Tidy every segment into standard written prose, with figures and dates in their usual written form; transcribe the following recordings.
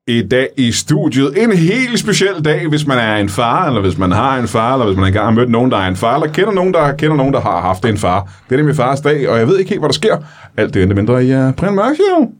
I dag i studiet. En helt speciel dag, hvis man er en far, eller hvis man har en far, eller hvis man engang har mødt nogen, der er en far, eller kender nogen, der har haft en far. Det er nemlig fars dag, og jeg ved ikke helt, hvad der sker. Alt det endte mindre i Brian Mørk Show.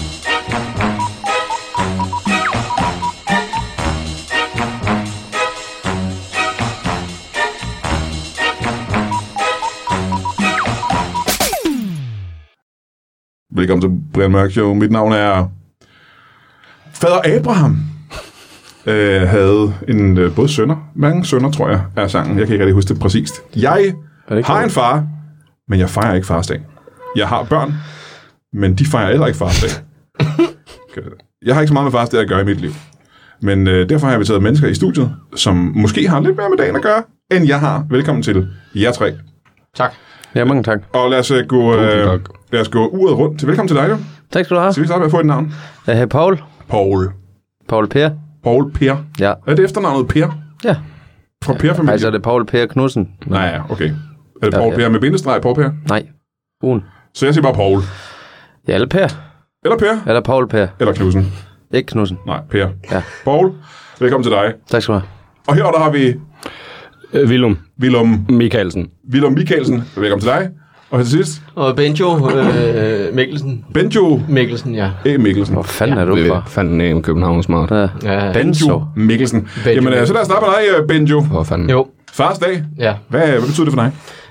Velkommen til Brian Mørk Show. Mit navn er Fader Abraham. Havde både sønner. Mange sønner, tror jeg, er sangen. Jeg kan ikke rigtig huske det præcist. Jeg har en far, men jeg fejrer ikke farsdag. Jeg har børn, men de fejrer heller ikke farsdag. Jeg har ikke så meget med farsdag at gøre i mit liv. Men derfor har jeg inviteret mennesker i studiet, som måske har lidt mere med dagen at gøre, end jeg har. Velkommen til jer tre. Tak. Ja, mange tak. Og lad os gå uret rundt. Velkommen til dig, jo. Tak skal du have. Så vi starte med at få et navn. Jeg hedder Paul. Paul Per. Paul Per? Ja. Er det efternavnet Per? Ja. Fra Per-familien? Altså er det Paul Per Knudsen. Nej, ja, okay. Er det Paul Per med bindestreg, Paul Per? Nej. Uden. Så jeg siger bare Paul. Ja, eller Per. Eller Per? Eller Paul Per. Eller Knudsen? Ikke Knudsen. Nej, Per. Ja. Paul, velkommen til dig. Tak skal du have. Og her der har vi... Willum Michaelsen. Willum Michaelsen, velkommen til dig. Og til sidst... Og Benjo Mikkelsen. Benjo Mikkelsen, ja. Mikkelsen. Hvor fanden er du fra? Fanden af København smart. Ja. Benjo Mikkelsen. Benjo. Jamen, så lad os starte med dig, Benjo. Hvor fanden? Jo. Fars dag. Ja. Hvad betyder det for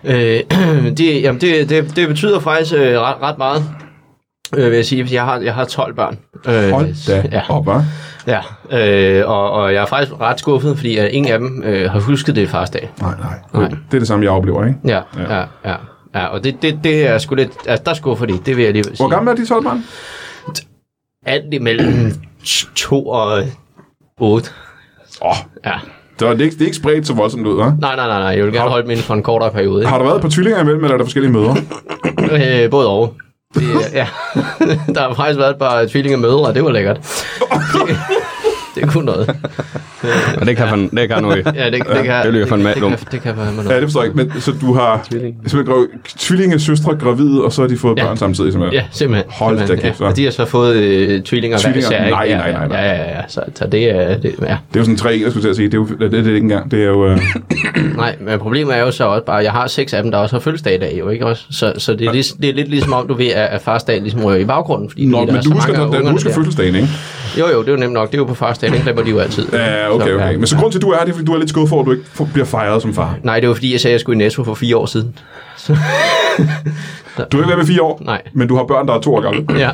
dig? Det betyder faktisk ret meget, vil jeg sige. Jeg har 12 børn. Hold da op, hva'? Ja, og jeg er faktisk ret skuffet, fordi ingen af dem har husket det fars dag. Nej. Det er det samme, jeg oplever, ikke? Ja, og det er sgu lidt... Altså, der skuffer det vil jeg lige sige. Hvor gamle er de 12 børn? Alt imellem 2 og 8. Ja. Det er ikke spredt så voldsomt ud, hva'? Nej. Jeg vil gerne holde dem inden for en kortere periode. Ikke? Har der været et par tvillinger imellem, eller er der forskellige mødre? Både over. Ja. Der har faktisk været et par tvillinger mødre, og det var lækkert. Det kunne noget. Og det kan noget. Ja, det kan. Det lyder fandme det kan være noget. Ja, det forstår jeg ikke. Men så du har simpelthen tvillingesøstre gravide, og så har de fået børn samtidig, simpelthen? Ja, simpelthen. Hold da kæft, og de har så fået tvillinger hver især, Nej. Ja. Så det er... Det er jo sådan 3, jeg skulle til at sige. Det er ikke engang. Det er jo... Nej, men problemet er jo så også bare, jeg har 6 af dem, der også har fødselsdag i dag, jo ikke også? Så det er lidt ligesom om, du ved, at farsdag ligesom rører i baggrunden. Fordi men du husker fødselsdagen, ikke? Jo, det er jo nemt nok. Det er jo på farsdag, den glemmer de jo altid. Ja, okay. Men så grund til, at du er det, fordi du er lidt skuffet for, at du ikke bliver fejret som far. Nej, det var fordi, jeg sagde, at jeg skulle i Netto for 4 år siden. Du har ikke været med 4 år? Nej. Men du har børn, der er 2 år gamle? Ja.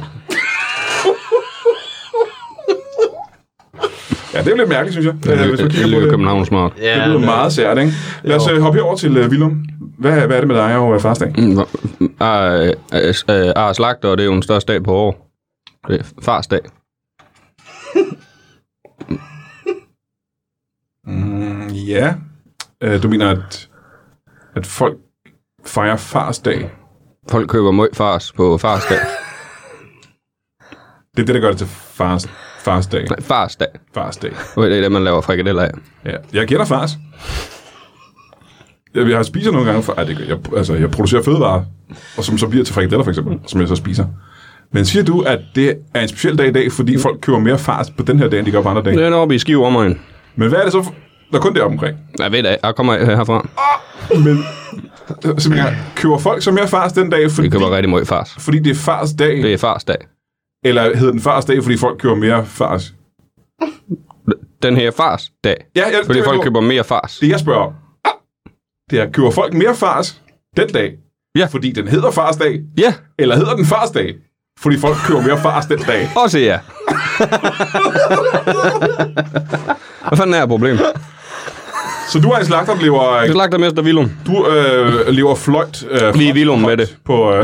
Ja, det er lidt mærkeligt, synes jeg. Det lyder København smart. Ja, det lyder meget sært, ikke? Lad os hoppe herover til Willum. Hvad er det med dig og farsdag? Slagter, og det er jo en største dag på år. Det er farsdag. Ja. Du mener, at folk fejrer farsdag? Folk køber møg fars på farsdag. Det er det, der gør det til farsdag. Nej, farsdag. Farsdag. Det er det, man laver frikadeller af. Ja, jeg kender fars. Jeg har spiser nogle gange for... Jeg producerer fødevarer, og som så bliver til frikadeller, for eksempel, som jeg så spiser. Men siger du, at det er en speciel dag i dag, fordi folk køber mere fars på den her dag, end de gør på andre dage? Det er oppe i Skive omegn. Men hvad er det så? Der er kun deroppe omkring. Jeg ved det, jeg kommer herfra. Men simpelthen, køber folk så mere fars den dag, fordi... Vi køber rigtig meget fars. Fordi det er fars dag? Det er fars dag. Eller hedder den fars dag, fordi folk køber mere fars? Den her fars dag. Ja, fordi folk køber mere fars. Det jeg spørger om. Det er, køber folk mere fars den dag? Ja. Fordi den hedder farsdag? Ja. Eller hedder den farsdag? Fordi folk køber mere fars den dag? Også ja. Hvad fanden er problemet? Så du er en slagter, der lever... Det er slagtermester Willum. Du lever fløjt... Vi er Willum med det. På...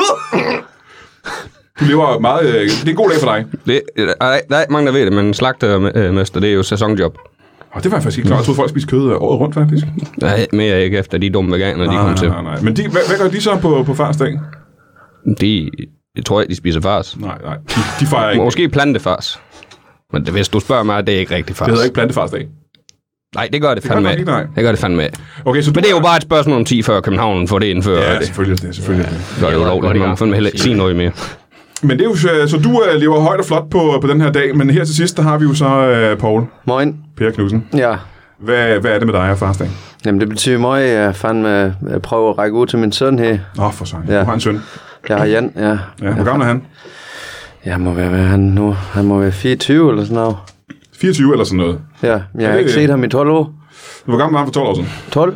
Du lever meget... det er en god dag for dig. Der er mange, der ved det, men slagtermester, det er jo sæsonjob. Det var jeg faktisk ikke klar. Jeg troede, folk spiste kød året rundt, faktisk. Nej, mere ikke efter de dumme veganer, de kom til. Nej. Men hvad gør de så på farsdag? Jeg tror ikke, de spiser fars. Nej. De fejrer ikke. Måske plantefars. Men hvis du spørger mig, det er ikke rigtig fars. Det hedder ikke plantefarsdag. Nej, det gør det fandme af. Det gør det fandme af. Okay, men det er jo bare et spørgsmål om 10 før København får det indført. Ja, selvfølgelig. Så er det ulovligt. Man må fandme heller ikke sige noget mere. Men det er jo, så du lever højt og flot på den her dag, men her til sidst, der har vi jo så Poul. Moin. Per Knudsen. Ja. Hvad er det med dig og farsdag? Jamen, det betyder meget, at jeg fandme prøver at række ud til min søn her. For sig. Ja. Du har en søn. Jeg har Jan, ja. Hvor gammel er han? Ja, må være han nu. Han må være 24 eller sådan noget. 24 eller sådan noget? Ja, jeg har ikke set ham i 12 år. Hvor gammel var han for 12 år siden? 12?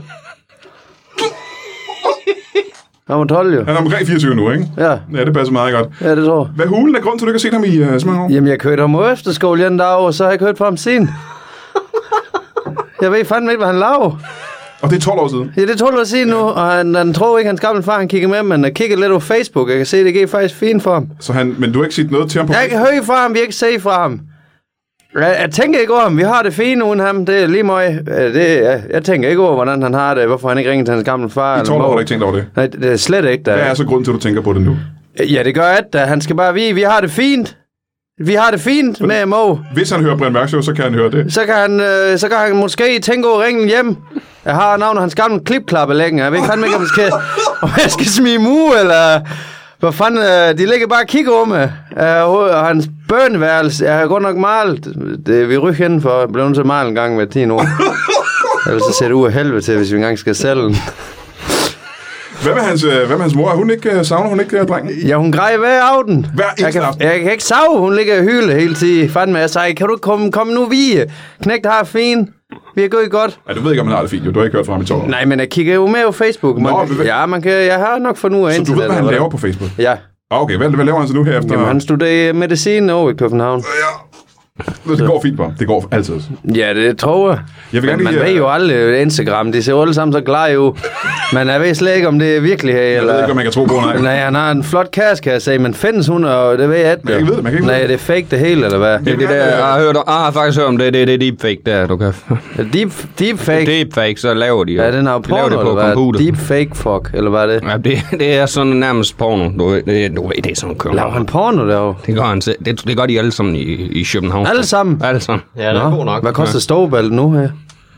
Han var 12 jo. Han er omkring 24 nu, ikke? Ja. Ja, det passer meget godt. Ja, det tror jeg. Hvad hulen er grunden til, at du ikke har set ham i så mange år? Jamen, jeg kørte ham på efterskole den dag, og så har jeg ikke hørt fra ham siden. Jeg ved fandme ikke, hvad han laver. Og det er 12 år siden? Ja, det er 12 år siden nu, og han tror ikke, hans gamle far, han kigger med, men jeg kigger lidt på Facebook. Jeg kan se, det går faktisk fint for ham. Så men du har ikke set noget til ham på Jeg kan høre fra ham, vi har ikke set fra ham. Jeg tænker ikke over ham. Vi har det fint uden ham. Det er lige meget. Jeg tænker ikke over, hvordan han har det. Hvorfor han ikke ringer til hans gamle far. I 12 år har du ikke tænkt over det? Nej, det er slet ikke. Hvad er så grunden til, at du tænker på det nu? Ja, det gør at han skal bare vide, vi har det fint. Vi har det fint med Mo. Hvis han hører Brian Mørk Show, så kan han høre det. Så kan han måske tænke over at ringe hjem. Jeg har navnet hans gamle klipklappe længe. Jeg ved fandme ikke, om jeg skal smide mu, eller... Hvor fanden, de ligger bare og kigger om mig. Og hans børneværelse, jeg har godt nok malet. Vi ryger inden for, jeg blev nødt til at male en gang med 10 år. Ellers så ser det ud af helvede til, hvis vi engang skal sælge den. Hvad med hans mor? Savner hun ikke drengen? Ja, hun græder hver aften. Hver eneste aften? Jeg kan ikke sove, hun ligger og hylder hele tiden. Fandme, jeg sagde, kan du komme nu vige? Knægt har fint. Vi er gået godt. Ja, du ved ikke, om han har det fint, jo. Du har ikke hørt fra ham i 12 år. Nej, men jeg kigger jo med på Facebook. Jeg har nok fundet ud af internet. Så du ved, hvad han laver på Facebook? Ja. Okay, hvad laver han så nu her efter? Jamen, han studerer medicin over i København. Ja. Det går fint på. Det går altid. Ja, det tror jeg. Man ved jo aldrig Instagram. De ser jo alle sammen så glade ud. Men jeg ved slet ikke, om det er virkelighed. Jeg ved ikke, om man kan tro på, nej. Nej, han har en flot kæreste, kan jeg sige. Men findes hun, og det ved jeg ikke. Man kan ikke vide det. Nej, det er fake det hele, eller hvad? Det er det der, jeg har faktisk hørt om det. Det er deepfake der, du kan... Deepfake? Deepfake, så laver de jo. Ja, den har porno, det på eller computer. Deepfake fuck, eller hvad er det? Ja, det er sådan nærmest porno. Du ved, det er sådan kører. Laver han porno derovre? Det gør han selv. Det gør de alle sammen i København. Alle sammen? Alle sammen. Ja, det er god nok. Hvad koster Storebælt nu her?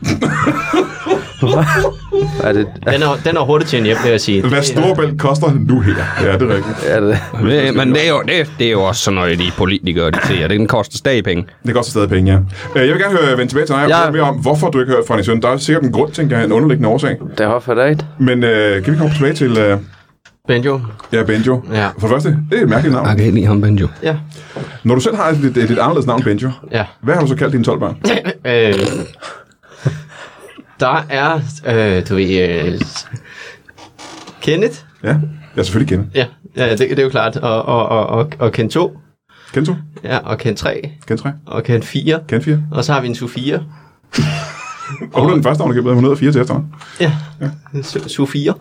Den er hurtigt til en hjem, vil jeg sige. Hvad Storebælt koster nu her? Ja, det er rigtigt. Ja, det. Men det er jo også sådan noget, de politikere, de siger. Den koster stadig penge. Det koster stadig penge, ja. Jeg vil gerne vende tilbage til dig og høre mere om, hvorfor du ikke har hørt fra din søn. Der er sikkert en grund, tænker jeg, en underliggende årsag. Det er for dig. Men kan vi komme tilbage til... Benjo. Ja, Benjo. Ja. For det første, det er et mærkeligt navn. Jeg kan ikke lide ham, Benjo. Ja. Når du selv har et lidt anderledes navn, Benjo, hvad har du så kaldt dine 12 børn? Der er, du ved, Kenneth. Ja, selvfølgelig Kenneth. Ja, det er jo klart. Og Ken 2. Ken 2? Ja, og Ken 3. Ken 3. Og Ken 4. Ken 4. Og så har vi en Sofia. Og hun er den første, hun har købt 104 til efterhånden. Ja. Sofia.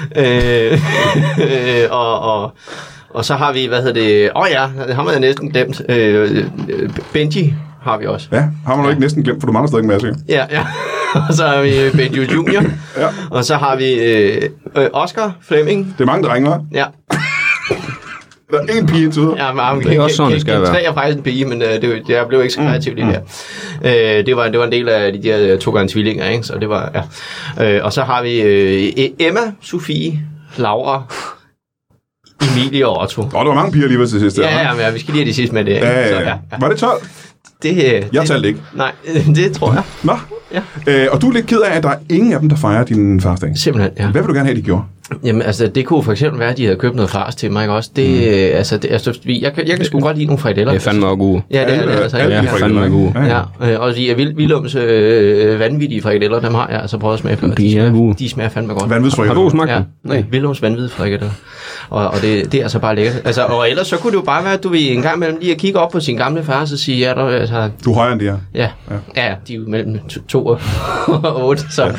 Og så har vi, hvad hedder det? Det har man næsten glemt. Benji har vi også. Ja, har man jo ikke næsten glemt, for du mangler stadig en masse. Ja. Og så har vi Benjo Junior. Ja. Og så har vi Oscar Flemming. Det er mange drenge, hva'? Ja. Der er en pige indtil videre. Ja, men det er også sådan, det skal være. 3 er faktisk en pige, men jeg blev ikke så kreativ lige der. Det var en del af de der 2 gange tvillinger, ikke? Så det var, ja. Og så har vi Emma, Sofie, Laura, Emilie og Otto. Der var mange piger lige til sidst. Ja, vi skal lige have de sidste med det. Ja. Så, Var det 12? Jeg talte ikke. Nej, det tror jeg. Nå. Ja. Og du er lidt ked af, at der er ingen af dem, der fejrer din farsdag. Simpelthen, ja. Hvad vil du gerne have, de gjorde? Jamen, altså, det kunne for eksempel være, at de havde købt noget fars til mig, ikke også? Jeg kan sgu godt lide nogle frikadeller. Det er fandme også gode. Ja, det er det altså. Ja, fandme gode. Ja, og de er Willums vanvittige frikadeller, dem har jeg altså prøvet at smage før. De smager fandme godt. Vanvidsfrikadeller. Har du smagt dem? Nej. Willums vanvittige frikadeller. Og det er altså bare lækkert. Altså, og ellers så kunne det jo bare være, at du vil en gang imellem lige at kigge op på sin gamle far, og så sige, ja, der, altså... Du er højere end de her. Ja, de er jo mellem 2 og 8, så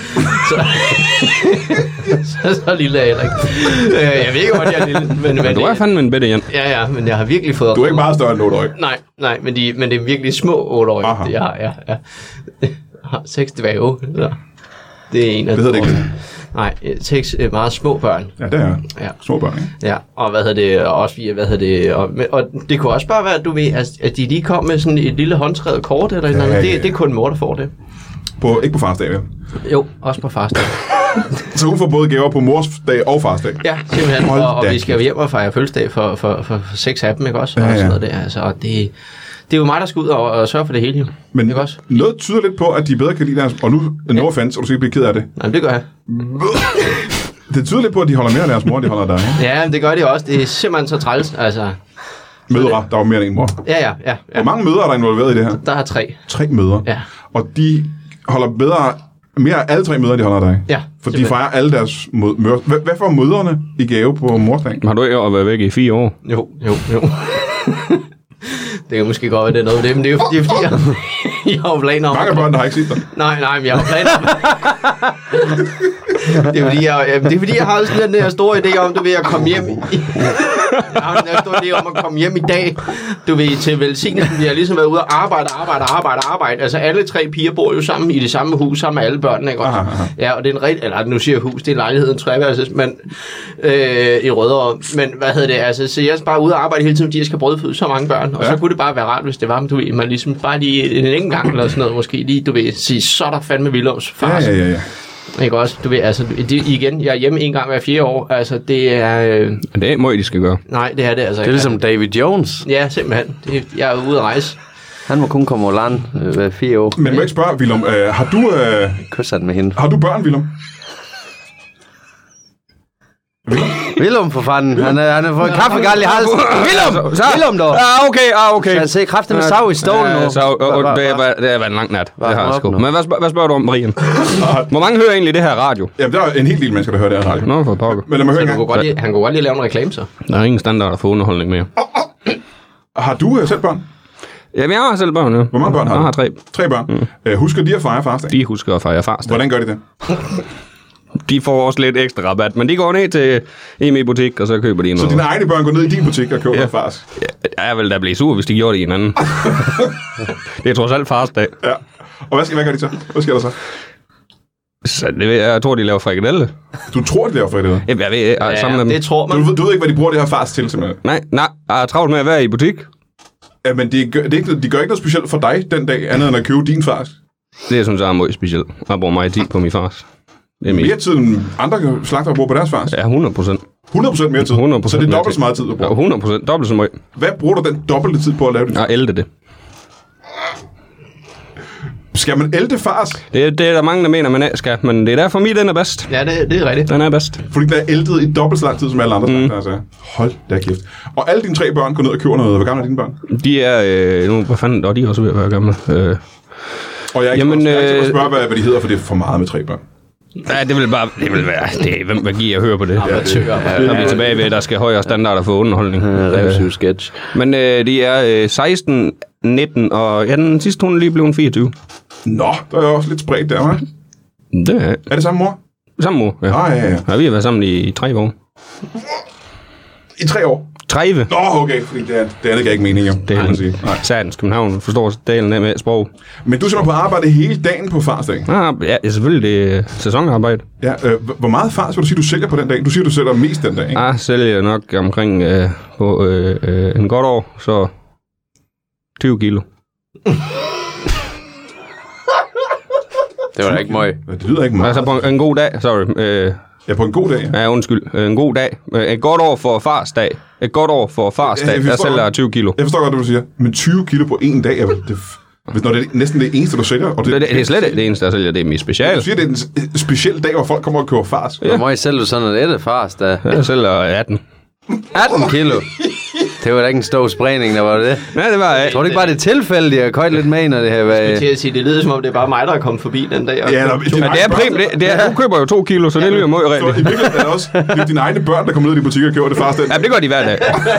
lille er jeg ikke. Jeg ved ikke, hvor jeg er lille. Men du er fandme en bedre, Jan. Ja, men jeg har virkelig fået... Du er ikke meget større end 8-årig. Nej, men det er virkelig små 8-årige. Jeg har 6 dværge. Det er en af det hedder det ikke. Nej, 6 meget små børn. Ja, det er små børn, ikke? Ja, og og det kunne også bare være, at du ved, at de lige kom med sådan et lille håndskrevet kort eller noget. Det er kun mor, der får det. Ikke på farsdag, vel? Jo, også på farsdag. Så hun får både gaver på mors dag og fars dag. Ja, simpelthen. Og vi skal jo hjem og fejre fødselsdag for 6 af dem, ikke også? Og sådan noget der. Altså, og det er jo mig, der skal ud og sørge for det hele, jo. Men ikke også? noget tyder lidt på, at de bedre kan lide deres... Og nu no offense, og du skal ikke blive ked af det. Nej, det gør jeg. Det tyder lidt på, at de holder mere af deres mor, end de holder af dig. Ja, det gør de også. Det er simpelthen så træls, altså. Mødre, der var mere end en mor. Ja. Hvor mange mødre er der involveret i det her? Der er 3. 3 mødre. Ja. Og de holder mere af alle 3 mødre, de holder af dig. Ja. For de fejrer alle deres mødre. Hvad får mødrene i gave på morsdagen? Har du ikke været væk i 4 år? Jo. Det kan måske godt være, det er noget af det, men det er jo fordi, jeg har planer om... Mange børn, der har ikke set dig. Nej, men jeg har planer om... Det er fordi, jeg har sådan den her store idé om, du ved, at komme hjem... Jeg har den her store idé om at komme hjem i dag, du ved, til velsignelsen. Vi har ligesom været ude og arbejde. Altså, alle 3 piger bor jo sammen i det samme hus, sammen med alle børnene, ikke også? Aha. Ja, og det er eller nu siger jeg hus, det er en lejlighed, en treværelses, men i Rødovre. Men hvad hedder det, altså, så jeg er bare ude og arbejde hele tiden, fordi jeg skal brødføde så mange børn. Og så kunne det bare være rart, hvis det var, du ved, man ligesom bare lige en enkelt gang eller sådan noget, måske lige, du ved, sige, så er der fandme Willums fars. Ja. Ikke også? Du ved, altså, igen, jeg er hjemme en gang hver 4 år. Altså, det er... Det er måde, de skal gøre. Nej, det er det altså Det er ligesom David Jones. Ja, simpelthen. Jeg er ude at rejse. Han må kun komme over land hver 4 år. Men må jeg ikke spørge, Willum, Kysser den med hende. har du børn, Willum? Willum for fanden. Han har fået kaffegald i halsen. Willum dog. Okay. Han ser kraftigt med sav i stolen nu. Det har været en lang nat. Det har jeg sgu. Men hvad spørger du om, Brian? Hvor mange hører egentlig det her radio? Jamen, der er en hel del mennesker, der hører det her radio. Nå, for pokker. Men lad mig høre Han en kunne gang. godt lige lave en reklame, så. Der er ingen standarder for underholdning mere. Har du selv børn? Jamen, jeg har selv børn, ja. Hvor mange børn har du? Jeg har 3. 3 børn. Husker de at fejre farsdag? De husker at fejre farsdag. Hvordan gør de det? De får også lidt ekstra rabat, men de går ned til EMI butik, og så køber de noget. Så dine egne børn går ned i din butik og køber fars? Ja, jeg vil da blive sur, hvis de gjorde det i en anden. Det er trods alt farsdag. Ja. Og hvad gør de så? Hvad sker der så? Så det jeg tror, de laver frikadelle. Du tror, de laver frikadelle? Jeg ved, sammen med dem. Det tror man. Du ved ikke, hvad de bruger det her fars til, simpelthen? Nej, jeg er travlt med at være i butik. Ja, men de gør ikke noget specielt for dig den dag, andet end at købe din fars? Det synes jeg er meget specielt. Jeg bruger meget tid på min fars. Det er Mere tid end andre slagtere bruger på deres fars? Ja, 100%. 100% mere tid? 100% så det er dobbelt så meget tid, du bruger? Ja, 100%. Dobbelt så meget. Hvad bruger du den dobbelte tid på at lave det? Jeg ælte det. Skal man ælte fars? Det er der mange, der mener, man ikke skal. Men det er derfor, den er bedst. Ja, det er rigtigt. Den er bedst. Fordi den er æltet i dobbelt så lang tid, som alle andre slagtere, altså. Hold da kæft. Og alle dine 3 børn går ned og køber noget. Hvor gamle er dine børn? De er... nu, hvad fanden... de er også ved at være gamle. Og jeg er ikke til at spørge, hvad de hedder, for det er for meget med 3 børn. Ja, det vil være... Hvem giver jeg høre på det? Amatører. Så er vi tilbage ved, at der skal højere standarder for underholdning. Revsyv sketch. Men de er 16, 19 og... Ja, den sidste hun er lige blevet 24. Nå, der er jo også lidt spredt der, hva'? Det er... Er det samme mor? Samme mor, ja. Ja. Ja, vi har været sammen i 3 år. I 3 år? 30. Nå, okay, fordi det andet gav ikke mening, jo. Det kan man sige. er Satans København forstår dalen af med sprog. Men du er simpelthen på arbejde hele dagen på farsdag? Ja, selvfølgelig. Det er sæsonarbejde. Ja, hvor meget fars vil du sige, du sælger på den dag? Du siger, du sælger mest den dag, ikke? Jeg sælger nok omkring på en godt år, så 20 kilo. Det var da ikke meget. Det lyder ikke meget. Altså på en god dag, sorry. Ja, på en god dag, ja. Ja, undskyld. En god dag. Et godt år for farsdag. Der sælger jeg 20 kilo. Jeg forstår godt, det du siger. Men 20 kilo på en dag, når det er næsten det eneste, du sælger. Og Det er slet ikke det eneste, jeg sælger. Det er mit special. Du siger, det er en speciel dag, hvor folk kommer og køber fars. Hvor meget sælger du sådan noget ætte fars, da? Jeg sælger 18. 18 kilo. Det var da ikke en stor spredning, der var det. Nej, det var jeg. Tror du ikke bare, det er tilfældigt at køjte lidt med, når det her var... Til at sige, det lyder som om, det er bare mig, der er kommet forbi den dag. Ja, du køber jo 2 kilo, så det lyder meget Så i rigtigt. virkeligheden er det også det er dine egne børn, der kommer ned i butikker og køber det fars den. Ja, det gør de hver dag.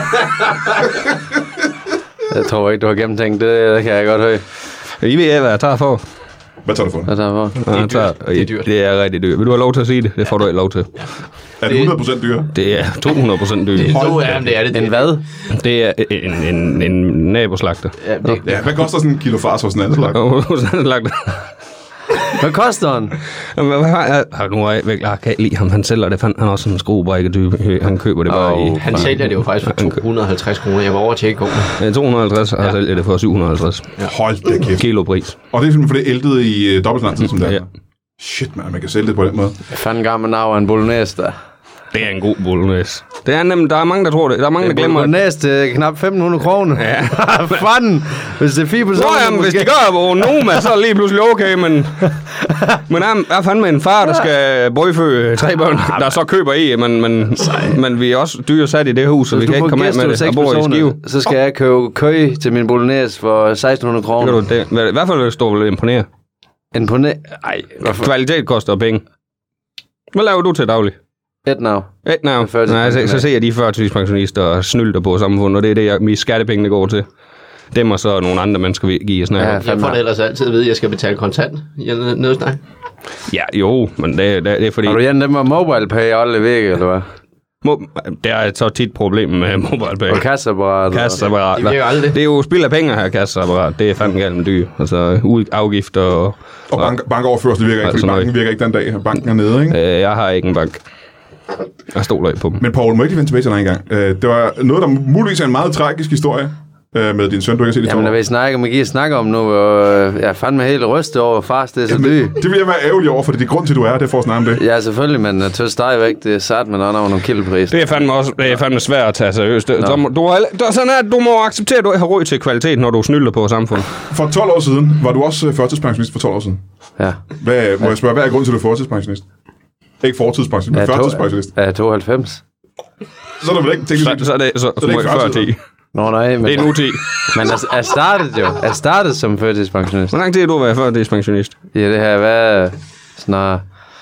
Jeg tror ikke, du har gennemtænkt det kan jeg godt høre. I ved, hvad jeg tager for. Hvad tager du for? Hvad tager for? Det er dyrt. Det er rigtig dyrt. Vil du have lov til at sige det? Det får du ikke lov til. Er det 100% dyre? Det er 200% dyrt. Det er det. En hvad? Det er en naboslagter. Ja, hvad koster sådan en kilo fars hos en anden slag? Hvad koster den? Nu er jeg virkelig kan lide ham. Han sælger det. Han er også sådan en skruebrækketype. Han køber det bare i... Han sælger det jo faktisk for 250 kroner. Jeg var over at tjekke over. 250, og han sælger det for 750. Hold da kæft. Kilopris. Og det er simpelthen for det æltede i dobbelt så lang tid som det er. Ja. Shit, man kan sælge det på den måde. Jeg fandt en gammel navn af en bolognese der. Det er en god bolognese. Det er nemlig, der er mange, der tror det. Der er mange, der glemmer det. Bolognese til knap 1.500 kroner. Ja. Fanden, hvis det er 4 personer. Nå, jamen, hvis de gør på Noma, så er det lige pludselig okay, men er fandme en far, der skal brødføde 3 børn, der så køber i, men vi er også dyre sat i det hus, så vi kan ikke komme af med det og bor i Skive. Så skal jeg købe køj til min bolognese for 1.600 kroner. I hvert fald vil det stå vel imponere. Ej, hvorfor? Kvalitet koster penge. Hvad laver du til daglig? Et navn. Nej, så ser jeg de førtidspensionister og snylder på samfundet, og det er det, mine skattepengene går til. Dem og så nogle andre mennesker vil give snakke. Ja, jeg får det ellers altid at vide, at jeg skal betale kontant nede hos dig. Ja, jo, men det er fordi... Har du igen dem med MobilePay alle væk, eller hvad? Det er så tit problem med MobilePay. Og kasseapparat. Det er jo spild af penge her, kasseapparat. Det er fandme galt med dyr. Altså afgifter og bankoverførsel virker ikke, fordi banken virker ikke den dag. Banken er nede, ikke? Jeg har ikke en bank. Jeg stoler ikke på dem. Men Poul, må ikke lige vende tilbage til dig engang. Det var noget, der muligvis er en meget tragisk historie med din søn, du ikke har set i 2 år. Jamen, når vi snakker om nu, og jeg fandt mig helt rystet over, fars, det er så dyrt. Det vil jeg være ærgerlig over, for det er grund til, at du er det for at snakke om det. Ja, selvfølgelig, men jeg tøs stadigvæk, det er sat med nogle kildepriser. Det er fandme svært at tage seriøst. Du må acceptere, at du har råd til kvalitet, når du snylder på samfundet. For 12 år siden var du også førtidspensionist for 12 år siden. Ja. Må jeg spørge, hvad er grunden til, at du er førtidspensionist? Ikke fortidspensionist, men førtidspensionist. Ja, 92. Så er det vel ikke teknisk. Så er det ikke før 10. Nå nej, men... Det er nu 10. Men jeg startede som førtidspensionist. Hvor lang tid har du været førtidspensionist? Ja, det har været snart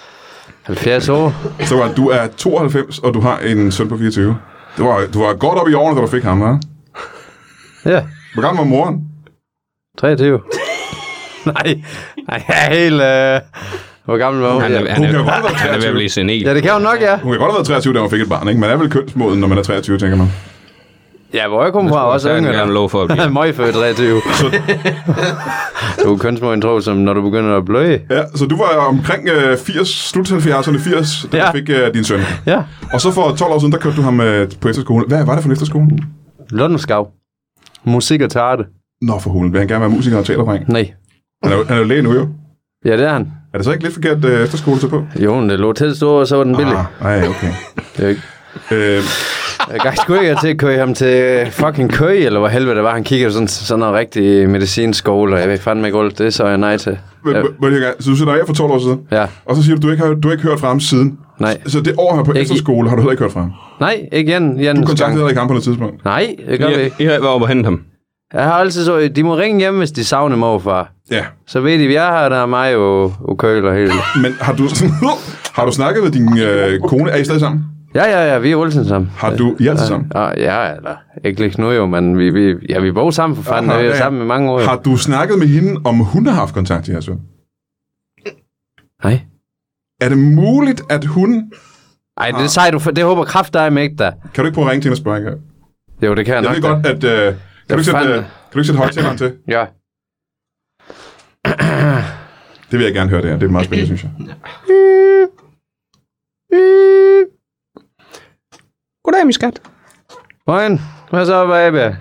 70 år. Så du er 92, og du har en søn på 24. Du var godt op i årene, da du fik ham, hva'? Ja. Hvor gammel var moren? 23. Nej, jeg er helt... Hvor gammel var hun? Han er ved at blive senil. Ja, det kan hun nok, ja. Hun kan godt have været 23, da hun fik et barn, ikke? Man er vel kønsmoden, når man er 23, tænker man. Ja, hvor jeg kommer fra også yngre. Jeg lov for at blive. Møg før 23. Du er kønsmoden, tror som når du begynder at bløde. Ja, så du var omkring 80, slut 70'erne 80, da du fik din søn. Ja. Og så for 12 år siden, der kørte du ham på efterskole. Hvad var det for en efterskole? Lunderskav. Musik og teater. Nå, for hulen. Vil han gerne være musiker og teaterdreng? Nej. Han er jo læge nu, jo. Ja, det er han. Er det så ikke lidt forkert efterskole til på? Jo, det lå til stå, og så var den billig. Nej, okay. Det er ikke... Jeg kan sgu ikke til at køre ham til fucking Køge, eller hvor helvede det var. Han kiggede sådan noget rigtig medicinskole, og jeg ved fandme ikke alt. Det så jeg nej til. Så du sidder her for 12 år siden? Ja. Og så siger du har ikke hørt fra ham siden? Nej. Så det år her på efterskole har du heller ikke hørt fra ham? Nej, ikke igen. Du kontaktede ikke ham på noget tidspunkt? Nej, det gør vi ikke. I har været oppe og hente ham? Jeg har altid så, de må ringe hjem, hvis de savner mor og far. Ja. Så ved de, vi er her, der er mig og køler hele. Men har du snakket med din kone? Er I stadig sammen? Ja, vi er altid sammen. Har du I altid sammen? Ja, eller ikke lige nu jo, men vi bor sammen for fanden, og vi er sammen i mange år. Har du snakket med hende, om hun har haft kontakt til jeres søn? Nej. Er det muligt, at hun... Nej, det sagde du, det håber kraft dig med ikke da. Kan du ikke prøve at ringe til hende og spørge engang? Jo, det kan jeg nok. Jeg ved godt, at... Kan du ikke sætte højttaleren til? Ja. Det vil jeg gerne høre, det her. Det er meget spændende, synes jeg. Goddag, min skat. Moin. Hvad så, baby? Hvad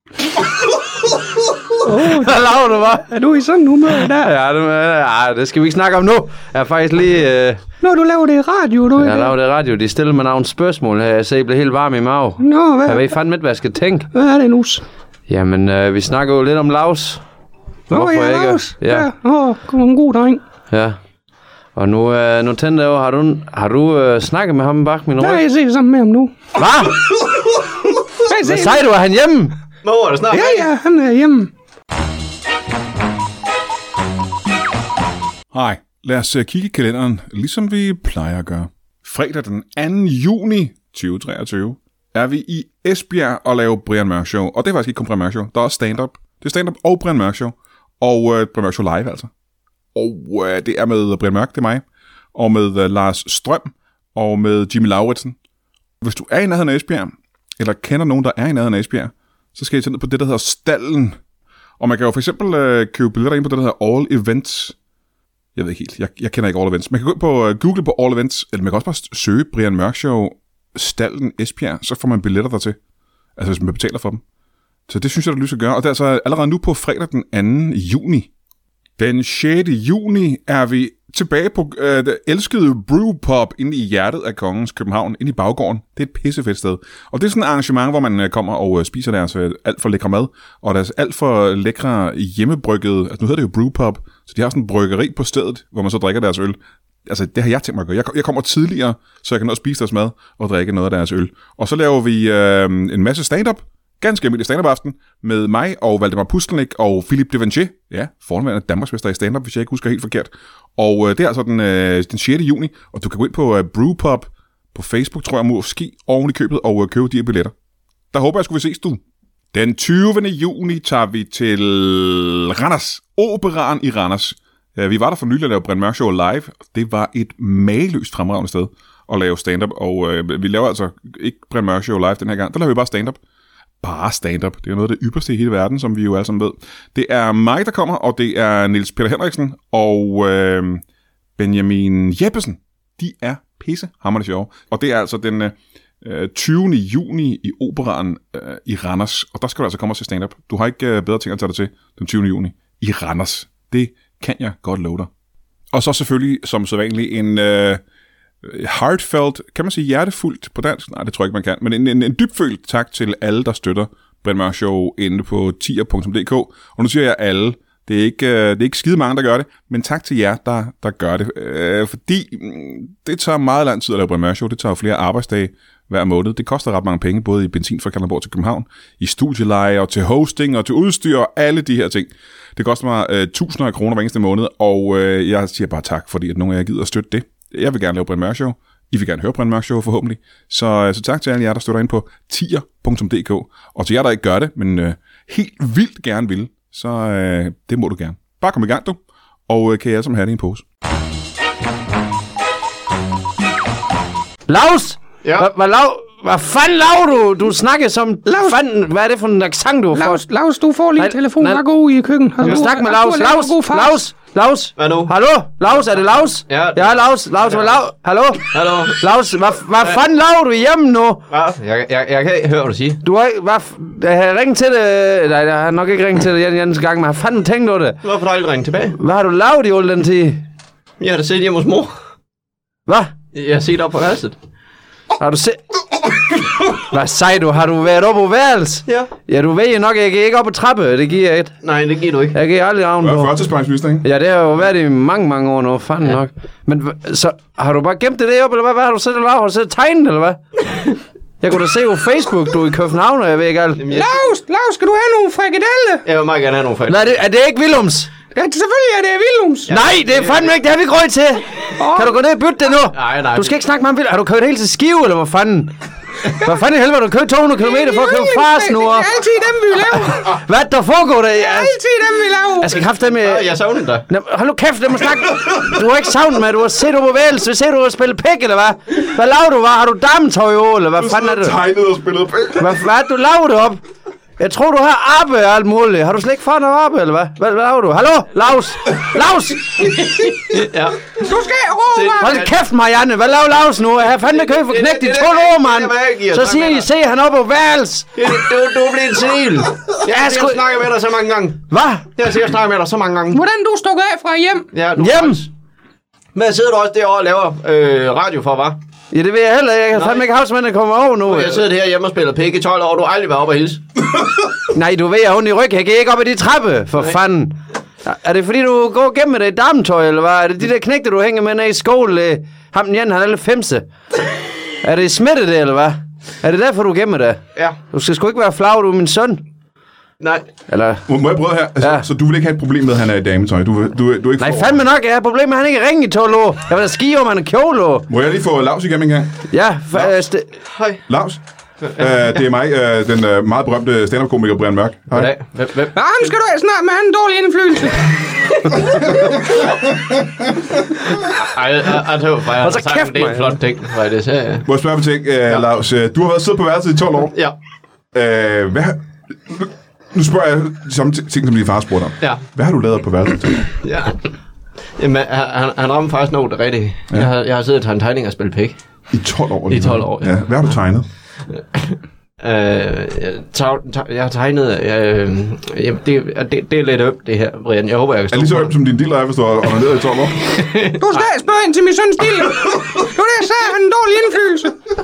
laver du, hva'? Er du i sådan humør der? Ja, det skal vi ikke snakke om nu. Jeg er faktisk lige... Nå, du laver det i radio, du. Jeg laver det i radio. De stiller mig nogle spørgsmål her. Jeg ser, jeg bliver helt varm i maven. Nå, hvad? Jeg ved fandme ikke, hvad jeg skal tænke. Hvad er det, Nus? Jamen, vi snakker jo lidt om Laus. Nå, ja, Laus. Ja. Kom en god dreng. Ja. Og nu tænder jeg over, har du snakket med ham bag min ryg? Nej, jeg ser det sammen med ham nu. Hvad? Hvad sagde du? Er han hjemme? Nå, er det snart? Ja, han er hjemme. Hej, lad os kigge i kalenderen, ligesom vi plejer at gøre. Fredag den 2. juni 2023 er vi i Esbjerg og laver Brian Mørk Show. Og det er faktisk ikke kun Brian Mørk Show, der er også stand-up. Det er stand-up og Brian Mørk Show. Og Brian Mørk Show live altså. Og det er med Brian Mørk, det er mig. Og med Lars Strøm og med Jimmy Lauritsen. Hvis du er i nærheden af Esbjerg, eller kender nogen, der er i nærheden af Esbjerg, så skal I tænde på det, der hedder Stallen. Og man kan jo for eksempel købe billetter ind på det, der hedder All Events. Jeg ved ikke helt, jeg kender ikke All Events. Man kan gå på Google på All Events, eller man kan også bare søge Brian Mørk Show Stallen Esbjerg, så får man billetter dertil. Altså hvis man betaler for dem. Så det synes jeg, du skal gøre. Og det er altså allerede nu på fredag den 2. juni. Den 6. juni er vi tilbage på det elskede Brewpub inde i hjertet af Kongens København, inde i baggården. Det er et pissefedt sted. Og det er sådan et arrangement, hvor man kommer og spiser deres alt for lækre mad, og deres alt for lækre hjemmebryggede, altså nu hedder det jo Brewpub, så de har sådan en bryggeri på stedet, hvor man så drikker deres øl. Altså, det har jeg tænkt mig at gøre. Jeg kommer tidligere, så jeg kan nå at spise deres mad og drikke noget af deres øl. Og så laver vi en masse stand-up, ganske almindelig stand-up-aften, med mig og Valdemar Pustelnik og Philippe Devanché. Ja, forhåndværende Danmarksmester i stand-up, hvis jeg ikke husker helt forkert. Og det er altså den 6. juni, og du kan gå ind på Brewpub på Facebook, tror jeg, måske oven i købet, og købe de her billetter. Der håber jeg, skulle vi ses, du. Den 20. juni tager vi til Randers, Operaen i Randers. Vi var der for nylig at lave Brian Mørk Show live. Det var et mageløst fremragende sted at lave stand-up, og vi laver altså ikke Brian Mørk Show live den her gang. Der laver vi bare stand-up. Bare stand-up. Det er noget af det ypperste i hele verden, som vi jo alle sammen ved. Det er mig, der kommer, og det er Niels Peter Henriksen og Benjamin Jeppesen. De er pissehammerende sjove. Og det er altså den 20. juni i Operaen i Randers. Og der skal du altså komme og se stand-up. Du har ikke bedre ting at tage dig til den 20. juni i Randers. Det kan jeg godt love dig. Og så selvfølgelig, som sædvanlig, en heartfelt, kan man sige hjertefuldt på dansk? Nej, det tror jeg ikke, man kan. Men en dybfølt tak til alle, der støtter Brian Mørk Show inde på tier.dk. Og nu siger jeg alle. Det er ikke skide mange, der gør det, men tak til jer, der gør det. Fordi det tager meget lang tid at lave Brian Mørk Show. Det tager jo flere arbejdsdage hver måned. Det koster ret mange penge, både i benzin fra Kalundborg til København, i studieleje og til hosting og til udstyr og alle de her ting. Det koster mig tusinder af kroner hver eneste måned, og jeg siger bare tak, fordi at nogen af jer gider at støtte det. Jeg vil gerne lave Brian Mørk Show. I vil gerne høre Brian Mørk Show forhåbentlig. Så tak til alle jer, der støtter ind på tier.dk. Og til jer, der ikke gør det, men helt vildt gerne vil, så det må du gerne. Bare kom i gang, du. Og kan I alle sammen have det i en pose. Laus! Ja. Hvad fanden laver du? Du snakker som... Fanden, hvad er det for en accent, du får? Laus, du får lige telefonen. Jeg går ud i køkkenet. Jeg snakker med Laus. Hallo? Hallo? Laus, er det Laus? Ja. Ja, Laus. Hallo? Hallo? Laus, hvad fanden laver du hjemme nu? Jeg kan ikke høre, hvad du siger. Du har ikke... Jeg har ringet til det... Nej, jeg har nok ikke ringet til det Jens gang, men har fanden tænkt du det? Hvorfor har du ikke ringet tilbage? Hvad har du lavet i al den tid? Jeg har da set hjemme hos mor. Hvad? Jeg har set op på værelset. Har du set... Hvad sagde du? Har du været oppe på værelse? Ja. Ja, du ved jo nok, jeg gik ikke op på trappe. Det giver jeg ikke. Nej, det giver du ikke. Jeg gik aldrig ravn på. Du er førtidspensionist, ikke? Ja, det har jo været i mange år nu. Fanden nok. Men så har du bare gemt det deroppe, eller hvad? Hvad har du siddet og lavet? Har du siddet og tegnet, eller hvad? Jeg kunne da se på Facebook, du er i København, og jeg ved ikke alt. Laus, skal du have nogle frikadeller? Jeg vil meget gerne have nogle frikadeller. Nej, er det ikke Willums? Ja, selvfølgelig er det Willums. Ja. Nej, det er fandme ikke. Det har vi ikke råd til. Kan du gå ned og bytte det nu? Nej. Du skal ikke snakke med ham. Har du kørt helt til Skive, eller hvad fanden? Hvad fanden i helvede har du kørt 200 km for at købe farsnure? Det er altid dem, vi laver. Hvad der foregår der? Det er altid dem, vi laver. Jeg skal kraftedeme med... Jeg savner dig. Hold nu kæft, lad mig snakke. Du har ikke savnet mig. Du har set på værelse. Ser du at spille pæk, eller hvad? Hvad laver du? Har du dametøj over, eller hvad fanden er det? Du tegnet og spillet pæk. Hvad er det, du laver det op? Jeg tror, du har arbejde og alt muligt. Har du slet ikke fået noget arbejde, eller hvad? Hvad laver du? Hallo? Laus! Ja. Du skal råbe. Hold kæft, Marianne. Hvad laver Laus nu? Jeg har fandme købt for knægt i 12 år, mand. Så siger I, se han op på værelse. Du er blevet senil. Jeg har snakket med dig så mange gange. Hvad? Jeg har snakket med dig så mange gange. Hvordan du stukket af fra hjem? Ja, Hjem? Men sidder du også derovre og laver radio for, hva'? Ja, det ved jeg heller. Jeg kan fandme ikke huske, at der kommer over nu. Jeg sidder her hjemme og spiller pæk i 12 år, du har aldrig været oppe og hilse. Nej, du ved, jeg har ondt i ryggen. Jeg kan ikke op ad de trappe, for fanden. Er det fordi, du går gennem med det dametøj, eller hvad? Er det de der knægte, du hænger med nede i skole? Ham den Jan, han er lidt femse. Er det smittet det, eller hvad? Er det derfor, du gemmer det? Ja. Du skal sgu ikke være flau, du er min søn. Nej. Eller... Må jeg prøve her? Altså, Ja. så du vil ikke have et problem med, at han er i dametøj? Du er ikke Nej, for... fandme nok. Jeg har problemer med, at han ikke ringer i 12 år. Jeg vil da ski om, han er kjole. Må jeg lige få Laus igennem en gang? Ja, Hej. Laus? Det er mig, den meget berømte stand-up-komiker Brian Mørk. Hej. Goddag. Hvem? Ham skal du have snart med, han en dårlig indflydelse. Jeg tror faktisk, Og så kæft, det er en flot ting, faktisk. Ja. Må jeg spørge på ting, Laus? Du har været siddet på værelset i 12 år. Ja. Hvad... Nu spørger jeg samme ting, som din far spurgte om. Ja. Hvad har du lavet på værelset til? Ja. Jamen, han rammer faktisk noget det rigtigt. Ja. Jeg har siddet og tegnet tegninger og spillet pæk. I 12 år? I 12 år, ja. Hvad har du tegnet? Jeg har tegnet... det er lidt det her, Brian. Jeg håber, jeg kan stå. Er lige så ømt som din dealer er, hvis du har ned i 12 år? Du skal spørge ind til min søns dealer. Du der sagde, han en dårlig indflydelse.